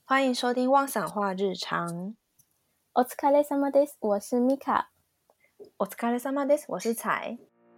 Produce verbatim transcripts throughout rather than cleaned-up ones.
欢迎收听妄想话日常。 お疲れ様です，我是 Mika。 お疲れ様です，我是彩。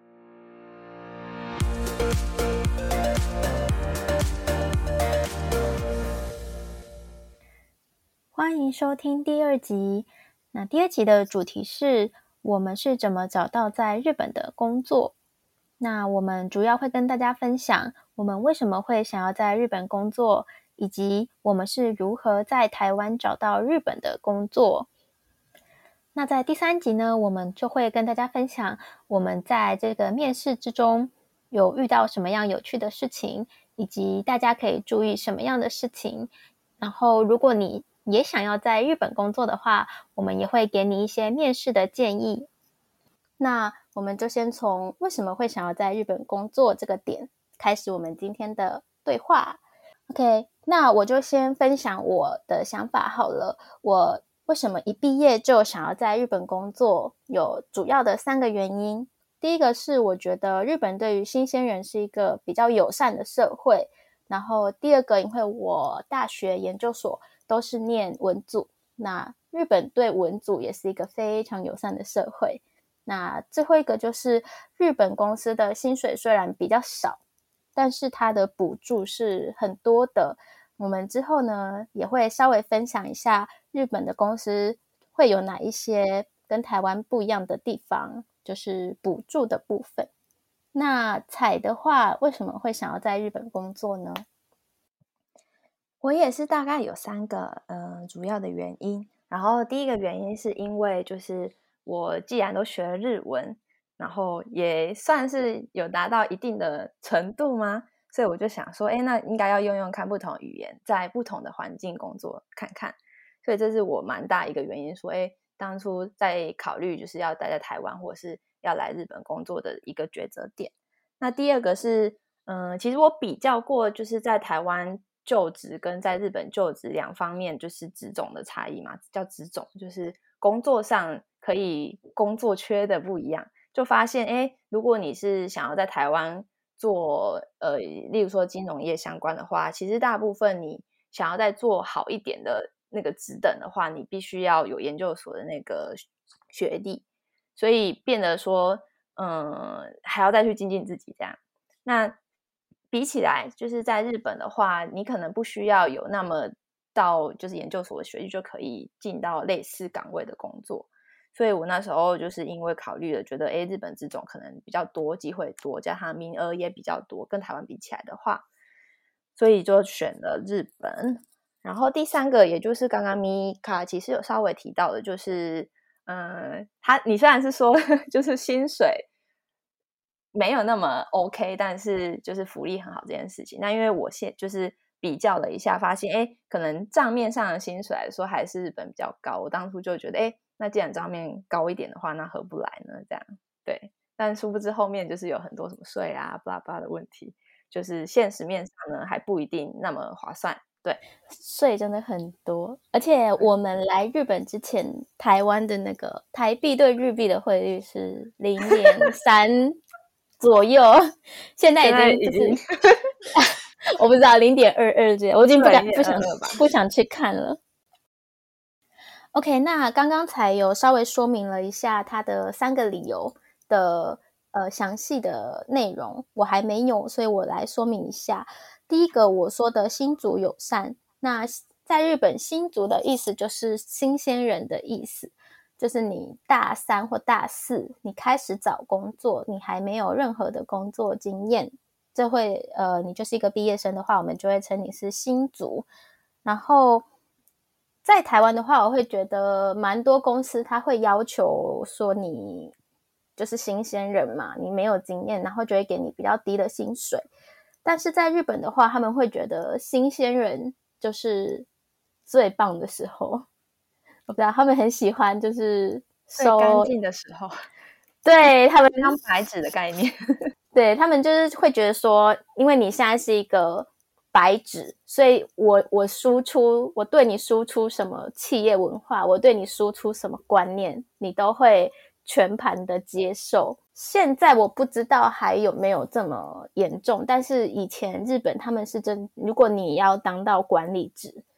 欢迎收听第二集。那第二集的主题是我们是怎么找到在日本的工作。那我们主要会跟大家分享我们为什么会想要在日本工作，以及我们是如何在台湾找到日本的工作。那在第三集呢，我们就会跟大家分享我们在这个面试之中有遇到什么样有趣的事情，以及大家可以注意什么样的事情。然后如果你也想要在日本工作的话，我们也会给你一些面试的建议。那我们就先从为什么会想要在日本工作这个点开始我们今天的对话。 OK， 那我就先分享我的想法好了。我为什么一毕业就想要在日本工作，有主要的三个原因。第一个是我觉得日本对于新鲜人是一个比较友善的社会，然后第二个因为我大学研究所都是念文组，那日本对文组也是一个非常友善的社会。那最后一个就是日本公司的薪水虽然比较少，但是它的补助是很多的。我们之后呢也会稍微分享一下日本的公司会有哪一些跟台湾不一样的地方，就是补助的部分。那彩的话为什么会想要在日本工作呢？ 我也是大概有三个呃主要的原因。然后第一个原因是因为就是我既然都学了日文，然后也算是有达到一定的程度吗？所以我就想说，哎，那应该要用用看不同语言，在不同的环境工作看看。所以这是我蛮大一个原因，说，哎，当初在考虑就是要待在台湾或是要来日本工作的一个抉择点。那第二个是，嗯，其实我比较过，就是在台湾就职跟在日本就职两方面就是职种的差异嘛，叫职种，就是工作上可以工作缺的不一样。就发现，哎，如果你是想要在台湾做呃，例如说金融业相关的话，其实大部分你想要再做好一点的那个职等的话，你必须要有研究所的那个学历，所以变得说嗯，还要再去精进自己这样。那比起来就是在日本的话，你可能不需要有那么到就是研究所的学历就可以进到类似岗位的工作。所以我那时候就是因为考虑了，觉得诶日本这种可能比较多，机会多，加上名额也比较多，跟台湾比起来的话，所以就选了日本。然后第三个也就是刚刚米卡其实有稍微提到的，就是嗯，他你虽然是说就是薪水没有那么 OK， 但是就是福利很好这件事情。那因为我现就是比较了一下，发现哎，可能账面上的薪水来说还是日本比较高。我当初就觉得哎，那既然账面高一点的话，那何不来呢？这样对，但殊不知后面就是有很多什么税啊、巴拉巴拉的问题，就是现实面上呢还不一定那么划算。对， 税真的很多，而且我们来日本之前，台湾的那个台币对日币的汇率是零点三左右，现在已经就是我不知道零点二二这样，我已经不敢不想不想去看了。OK， 那刚刚才有稍微说明了一下它的三个理由的呃详细的内容，我还没有，所以我来说明一下。第一个我说的新卒友善，那在日本新卒的意思就是新鲜人的意思，就是你大三或大四你开始找工作，你还没有任何的工作经验，这会呃你就是一个毕业生的话，我们就会称你是新卒。然后在台湾的话，我会觉得蛮多公司他会要求说你就是新鲜人嘛，你没有经验，然后就会给你比较低的薪水。但是在日本的话，他们会觉得新鲜人就是最棒的时候。我不知道他们很喜欢就是最干净的时候， 对他们当白纸的概念。 对他们就是会觉得说，因为你现在是一个白纸，所以我我输出，我对你输出什么企业文化，我对你输出什么观念，你都会全盘的接受。现在我不知道还有没有这么严重，但是以前日本他们是真，如果你要当到管理职，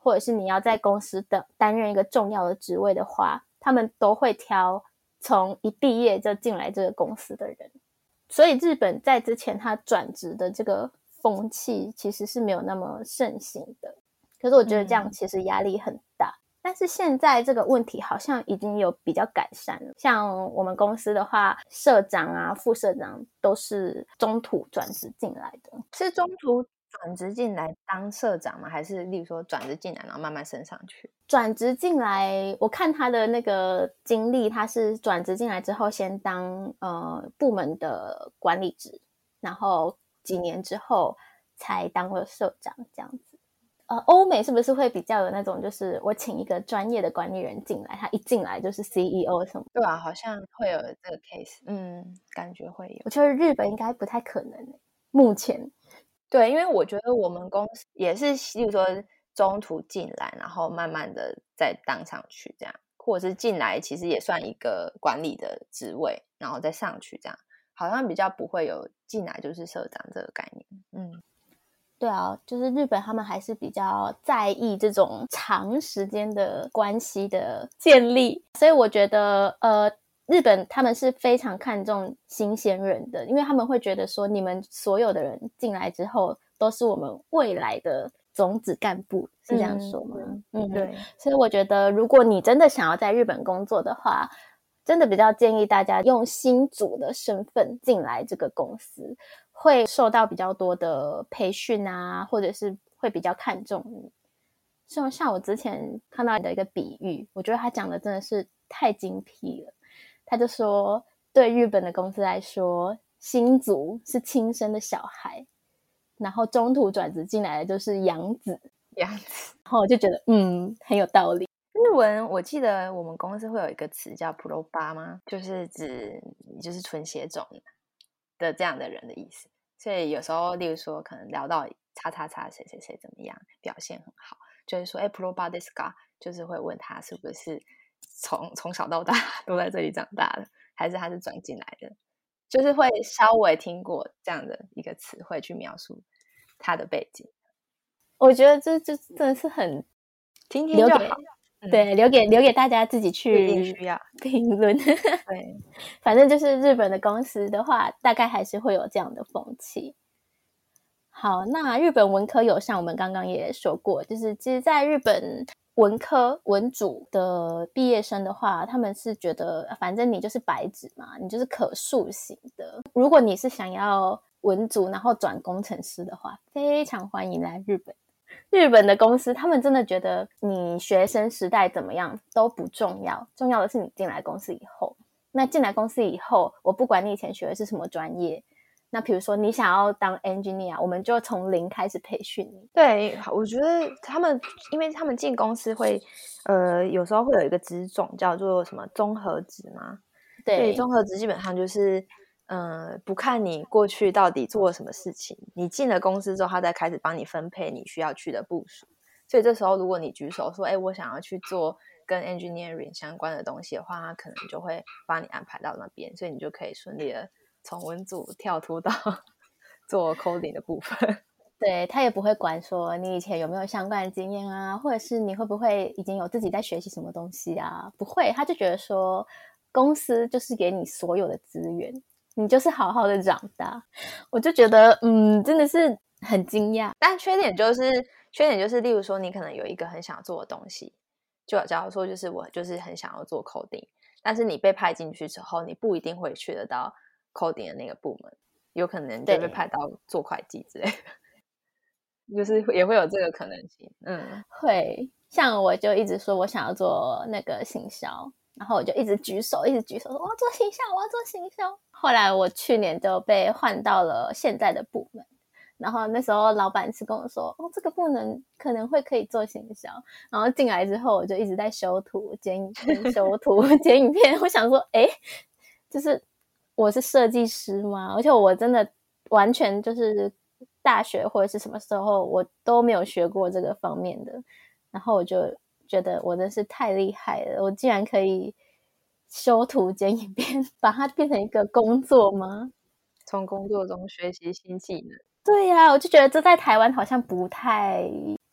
或者是你要在公司的担任一个重要的职位的话，他们都会挑从一毕业就进来这个公司的人。所以日本在之前他转职的这个风气其实是没有那么盛行的，可是我觉得这样其实压力很大、嗯、但是现在这个问题好像已经有比较改善了。像我们公司的话，社长啊副社长都是中途转职进来的。 是中途转职进来当社长吗？还是例如说转职进来然后慢慢升上去？ 转职进来，我看他的那个经历，他是转职进来之后先当呃部门的管理职，然后几年之后才当了社长这样子。呃，欧美是不是会比较有那种，就是我请一个专业的管理人进来，他一进来就是 C E O 什么？ 对啊，好像会有这个 case， 嗯，感觉会有。 我觉得日本应该不太可能，目前。 对，因为我觉得我们公司也是，例如说中途进来，然后慢慢的再当上去这样，或者是进来其实也算一个管理的职位，然后再上去这样，好像比较不会有进来就是社长这个概念。嗯， 对啊，就是日本他们还是比较在意这种长时间的关系的建立，所以我觉得呃日本他们是非常看重新鲜人的，因为他们会觉得说你们所有的人进来之后都是我们未来的种子干部，是这样说吗？ 嗯， 嗯， 对。 所以我觉得如果你真的想要在日本工作的话，真的比较建议大家用新组的身份进来这个公司，会受到比较多的培训啊，或者是会比较看重你。像像我之前看到你的一个比喻，我觉得他讲的真的是太精辟了。他就说，对日本的公司来说，新卒是亲生的小孩，然后中途转职进来的就是养子， 养子。 然后我就觉得，嗯，很有道理。 日文我记得我们公司会有一个词叫 プロバ吗？就是指就是纯血种的这样的人的意思。所以有时候例如说可能聊到叉叉叉谁谁谁怎么样表现很好，就会说哎，プロバですか？就是会问他是不是从从小到大都在这里长大的，还是他是转进来的，就是会稍微听过这样的一个词汇去描述他的背景。 我觉得这就真的是很听听就好， 嗯、对，留给留给大家自己去评论。 对， 反正就是日本的公司的话，大概还是会有这样的风气。好，那日本文科友善，我们刚刚也说过，就是其实在日本文科文组的毕业生的话，他们是觉得反正你就是白纸嘛，你就是可塑型的。如果你是想要文组然后转工程师的话，非常欢迎来日本。日本的公司他们真的觉得你学生时代怎么样都不重要，重要的是你进来公司以后。那进来公司以后，我不管你以前学的是什么专业，那比如说你想要当 engineer， 我们就从零开始培训你。 对，我觉得他们因为他们进公司会呃有时候会有一个职种叫做什么综合职嘛，对，综合职基本上就是呃不看你过去到底做了什么事情，你进了公司之后他再开始帮你分配你需要去的部署。所以这时候如果你举手说哎，我想要去做跟 engineering 相关的东西的话，他可能就会帮你安排到那边，所以你就可以顺利的从文组跳脱到做 coding 的部分。 对，他也不会管说你以前有没有相关的经验啊，或者是你会不会已经有自己在学习什么东西啊，不会，他就觉得说公司就是给你所有的资源，你就是好好的长大。我就觉得嗯，真的是很惊讶。 但缺点就是缺点就是例如说你可能有一个很想做的东西，就假如说就是我就是很想要做 coding， 但是你被派进去之后你不一定会去得到 coding 的那个部门，有可能就被派到做会计之类的，就是也会有这个可能性。嗯， 会，像我就一直说我想要做那个行销，然后我就一直举手一直举手说我要做行销我要做行销。后来我去年就被换到了现在的部门，然后那时候老板是跟我说哦，这个部门可能会可以做行销，然后进来之后我就一直在修图剪影片修图剪影片。我想说诶，就是我是设计师吗？而且我真的完全就是大学或者是什么时候我都没有学过这个方面的，然后我就觉得我真是太厉害了，我竟然可以修图剪影片把它变成一个工作吗？ 从工作中学习新技能。 对呀、啊，我就觉得这在台湾好像不太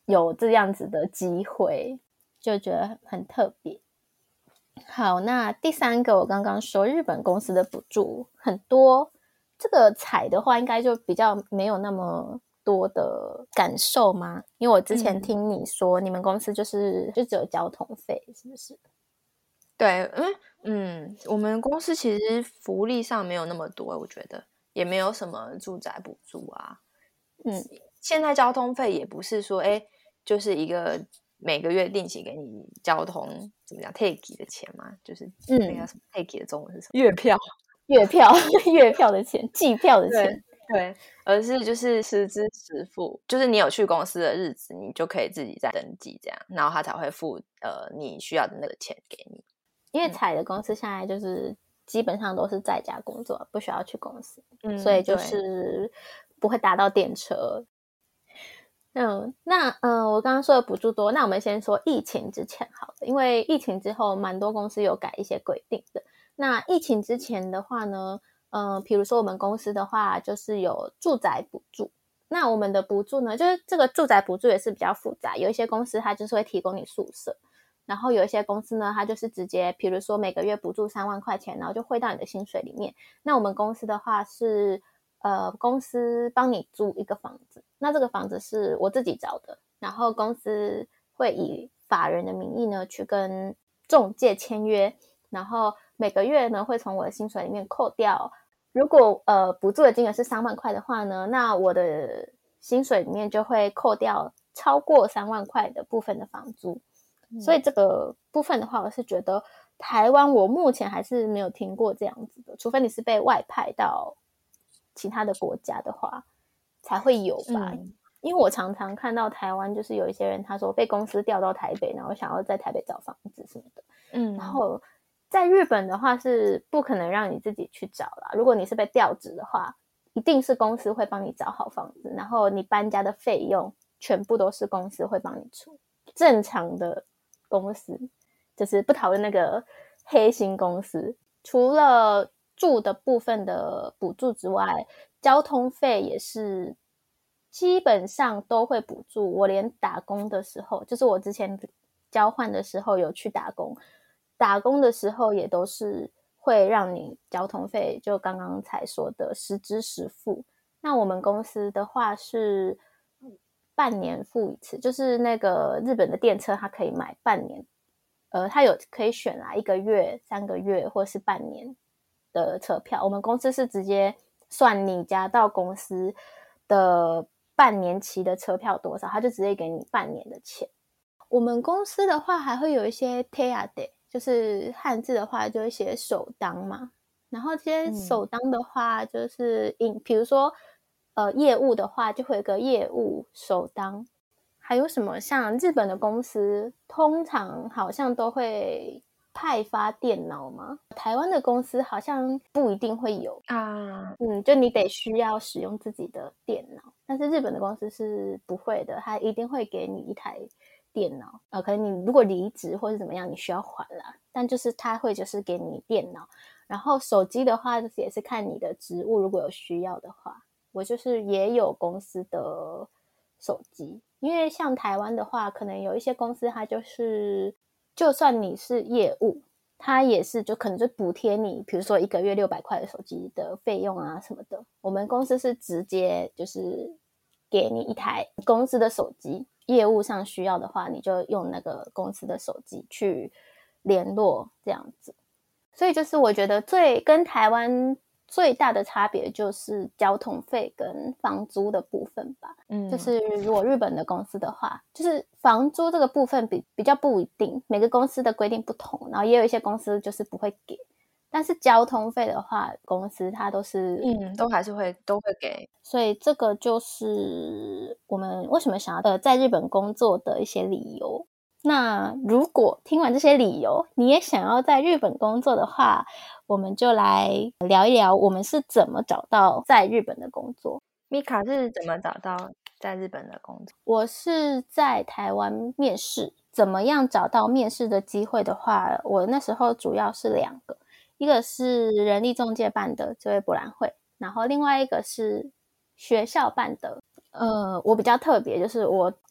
有这样子的机会，就觉得很特别。好，那第三个我刚刚说日本公司的补助很多，这个采的话应该就比较没有那么多的感受吗？因为我之前听你说、嗯、你们公司就是就只有交通费，是不是？ 对，嗯嗯，我们公司其实福利上没有那么多，我觉得也没有什么住宅补助啊。嗯，现在交通费也不是说哎，就是一个每个月定期给你交通怎么讲 take 的钱嘛，就是那个什么 take 的中文是什么？月票， 月票，月票的钱，季票的钱。 对，对，而是就是实支实付，就是你有去公司的日子，你就可以自己再登记这样，然后他才会付呃你需要的那个钱给你。 因为采的公司现在就是基本上都是在家工作，不需要去公司， 嗯， 所以就是不会搭到电车。嗯，那嗯，我刚刚说的补助多，那我们先说疫情之前好了，因为疫情之后蛮多公司有改一些规定的。那疫情之前的话呢，嗯，比如说我们公司的话，就是有住宅补助。那我们的补助呢，就是这个住宅补助也是比较复杂，有一些公司它就是会提供你宿舍。然后有一些公司呢，它就是直接比如说每个月补助三万块钱，然后就汇到你的薪水里面。那我们公司的话是呃，公司帮你租一个房子，那这个房子是我自己找的，然后公司会以法人的名义呢去跟仲介签约，然后每个月呢会从我的薪水里面扣掉，如果呃补助的金额是三万块的话呢，那我的薪水里面就会扣掉超过三万块的部分的房租。所以这个部分的话，我是觉得台湾我目前还是没有听过这样子的，除非你是被外派到其他的国家的话才会有吧、嗯、因为我常常看到台湾就是有一些人他说被公司调到台北，然后想要在台北找房子什么的，嗯，然后在日本的话是不可能让你自己去找啦，如果你是被调职的话，一定是公司会帮你找好房子，然后你搬家的费用全部都是公司会帮你出，正常的公司，就是不讨论那个黑心公司。除了住的部分的补助之外，交通费也是基本上都会补助。我连打工的时候，就是我之前交换的时候有去打工，打工的时候也都是会让你交通费，就刚刚才说的实支实付。那我们公司的话是半年付一次，就是那个日本的电车它可以买半年，呃，它有可以选啊，一个月、三个月或是半年的车票。我们公司是直接算你家到公司的半年期的车票多少，它就直接给你半年的钱。我们公司的话还会有一些 手当，就是汉字的话就会写首当嘛，然后这些首当的话就是嗯，比如说呃业务的话就会有个业务首当。还有什么像日本的公司通常好像都会派发电脑吗？台湾的公司好像不一定会有啊，嗯，就你得需要使用自己的电脑，但是日本的公司是不会的，它一定会给你一台电脑，呃，可能你如果离职或是怎么样，你需要还啦，但就是它会就是给你电脑，然后手机的话就是也是看你的职务，如果有需要的话，我就是也有公司的手机。因为像台湾的话，可能有一些公司它就是就算你是业务，它也是就可能就补贴你，比如说一个月六百块的手机的费用啊什么的。我们公司是直接就是给你一台公司的手机，业务上需要的话，你就用那个公司的手机去联络这样子。所以就是我觉得最跟台湾最大的差别就是交通费跟房租的部分吧。嗯，就是如果日本的公司的话，就是房租这个部分比比较不一定，每个公司的规定不同，然后也有一些公司就是不会给。但是交通费的话，公司它都是嗯，都还是会都会给。 所以这个就是我们为什么想要呃在日本工作的一些理由。那如果听完这些理由，你也想要在日本工作的话，我们就来聊一聊我们是怎么找到在日本的工作。 米卡是怎么找到在日本的工作？ 我是在台湾面试，怎么样找到面试的机会的话，我那时候主要是两个，一个是人力中介办的就业博览会，然后另外一个是学校办的。呃，我比较特别，就是我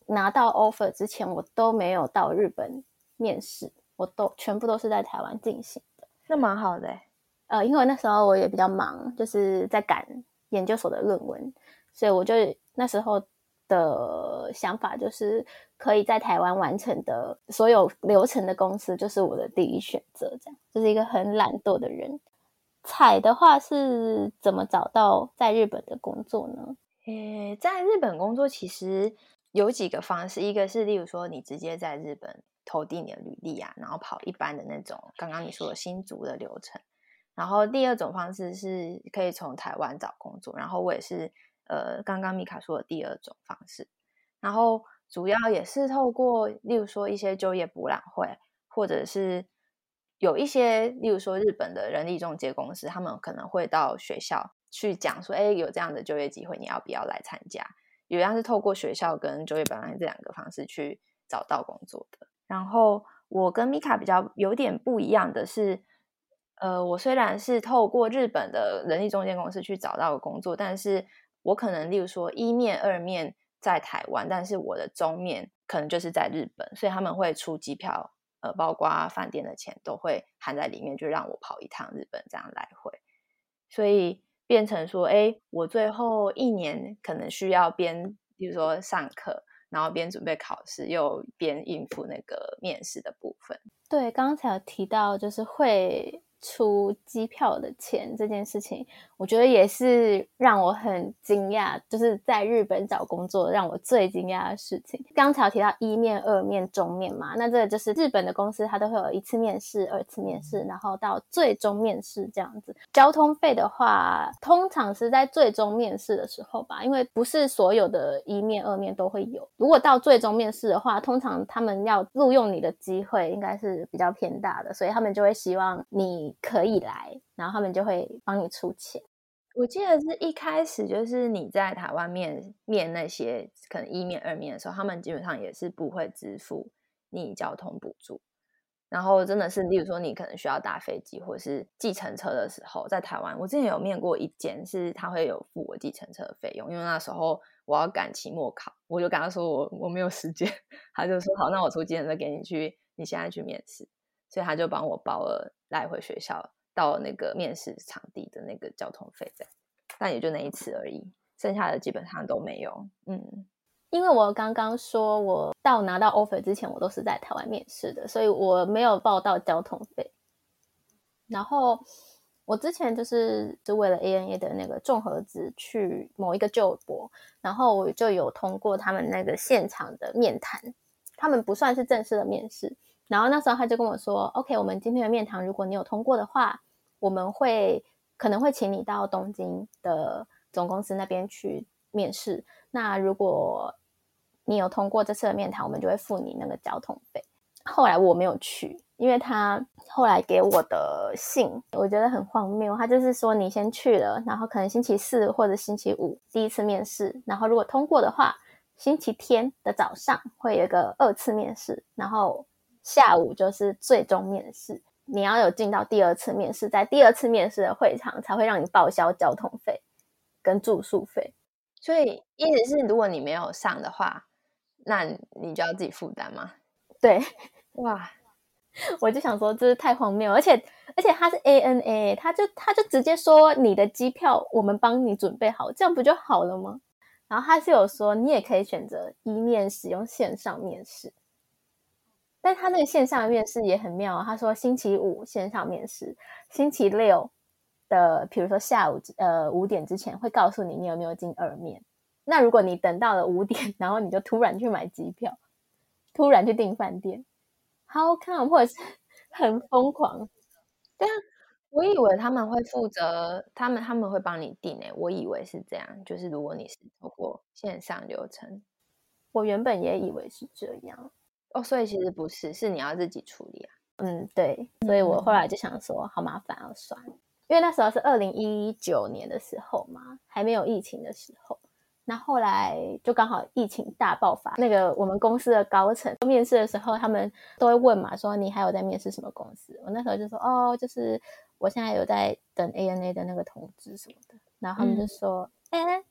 拿到 offer 之前，我都没有到日本面试，我都全部都是在台湾进行的。 那蛮好的欸。 呃，因为那时候我也比较忙，就是在赶研究所的论文，所以我就那时候的想法就是可以在台湾完成的所有流程的公司就是我的第一选择，这样就是一个很懒惰的人。彩的话是怎么找到在日本的工作呢？ 诶，在日本工作其实有几个方式，一个是例如说你直接在日本投递你的履历啊，然后跑一般的那种刚刚你说的新竹的流程。然后第二种方式是可以从台湾找工作，然后我也是呃刚刚米卡说的第二种方式。然后主要也是透过例如说一些就业博览会，或者是有一些例如说日本的人力中介公司，他们可能会到学校去讲说，哎，有这样的就业机会，你要不要来参加？有样是透过学校跟就业博览会这两个方式去找到工作的。然后我跟米卡比较有点不一样的是，呃，我虽然是透过日本的人力中介公司去找到工作，但是我可能例如说一面二面在台湾，但是我的中面可能就是在日本，所以他们会出机票，呃，包括饭店的钱都会含在里面，就让我跑一趟日本这样来回。所以变成说，哎，我最后一年可能需要边比如说上课，然后边准备考试，又边应付那个面试的部分。 对，刚刚才有提到就是会出机票的钱这件事情，我觉得也是让我很惊讶，就是在日本找工作让我最惊讶的事情。刚才有提到一面、二面、中面嘛，那这个就是日本的公司它都会有一次面试、二次面试，然后到最终面试这样子。交通费的话，通常是在最终面试的时候吧，因为不是所有的一面、二面都会有。如果到最终面试的话，通常他们要录用你的机会应该是比较偏大的，所以他们就会希望你可以来，然后他们就会帮你出钱。 我记得是一开始就是你在台湾面面那些可能一面二面的时候，他们基本上也是不会支付你交通补助。然后真的是例如说你可能需要搭飞机或是计程车的时候，在台湾我之前有面过一间是他会有付我计程车的费用，因为那时候我要赶期末考，我就跟他说我我没有时间，他就说好，那我出计程车给你去，你现在去面试，所以他就帮我包了来回学校到那个面试场地的那个交通费这样，但也就那一次而已，剩下的基本上都没有。嗯， 因为我刚刚说我到拿到 offer 之前我都是在台湾面试的，所以我没有报到交通费。然后我之前就是是为了 A N A 的那个综合职去某一个就博，然后我就有通过他们那个现场的面谈，他们不算是正式的面试。然后那时候他就跟我说 OK， 我们今天的面谈如果你有通过的话，我们会可能会请你到东京的总公司那边去面试，那如果你有通过这次的面谈，我们就会付你那个交通费。后来我没有去，因为他后来给我的信我觉得很荒谬，他就是说你先去了，然后可能星期四或者星期五第一次面试，然后如果通过的话，星期天的早上会有一个二次面试，然后下午就是最终面试，你要有进到第二次面试，在第二次面试的会场才会让你报销交通费跟住宿费。 所以意思是如果你没有上的话，那你就要自己负担吗？ 对， 哇， 我就想说这是太荒谬，而且而且他是 A N A， 他就他就直接说你的机票我们帮你准备好，这样不就好了吗？然后他是有说你也可以选择一面使用线上面试，但他那个线上面试也很妙啊，他说星期五线上面试，星期六的比如说下午呃五点之前会告诉你你有没有进二面。那如果你等到了五点，然后你就突然去买机票，突然去订饭店，How come？ 或者是很疯狂。 对啊，我以为他们会负责，他们他们会帮你订诶，我以为是这样，就是如果你是透过线上流程。 我原本也以为是这样。 哦，所以其实不是，是你要自己处理啊。 嗯，对，所以我后来就想说好麻烦哦，算了。因为那时候是二零一九年的时候嘛，还没有疫情的时候。那后来就刚好疫情大爆发，那个我们公司的高层面试的时候，他们都会问嘛，说你还有在面试什么公司？我那时候就说哦，就是我现在有在等 A N A 的那个通知什么的。然后他们就说，哎、嗯，就是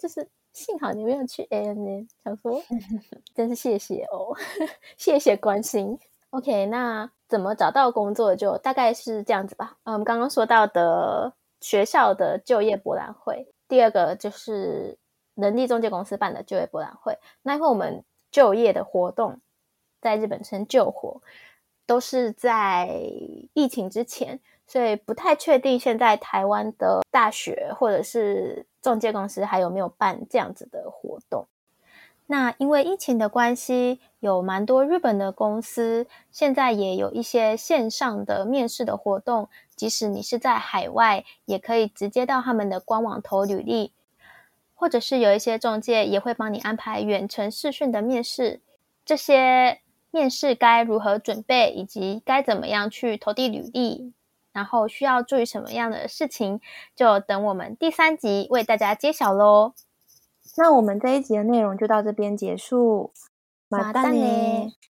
幸好你没有去 A N N， 想说真是谢谢哦，谢谢关心。OK， 那怎么找到工作就大概是这样子吧。嗯，刚刚说到的学校的就业博览会，第二个就是人力中介公司办的就业博览会。那因为我们就业的活动在日本称就活，都是在疫情之前，所以不太确定现在台湾的大学或者是中介公司还有没有办这样子的活动。那因为疫情的关系，有蛮多日本的公司现在也有一些线上的面试的活动，即使你是在海外，也可以直接到他们的官网投履历，或者是有一些中介也会帮你安排远程视讯的面试。这些面试该如何准备，以及该怎么样去投递履历，然后需要注意什么样的事情，就等我们第三集为大家揭晓咯。 那我们这一集的内容就到这边结束， またね。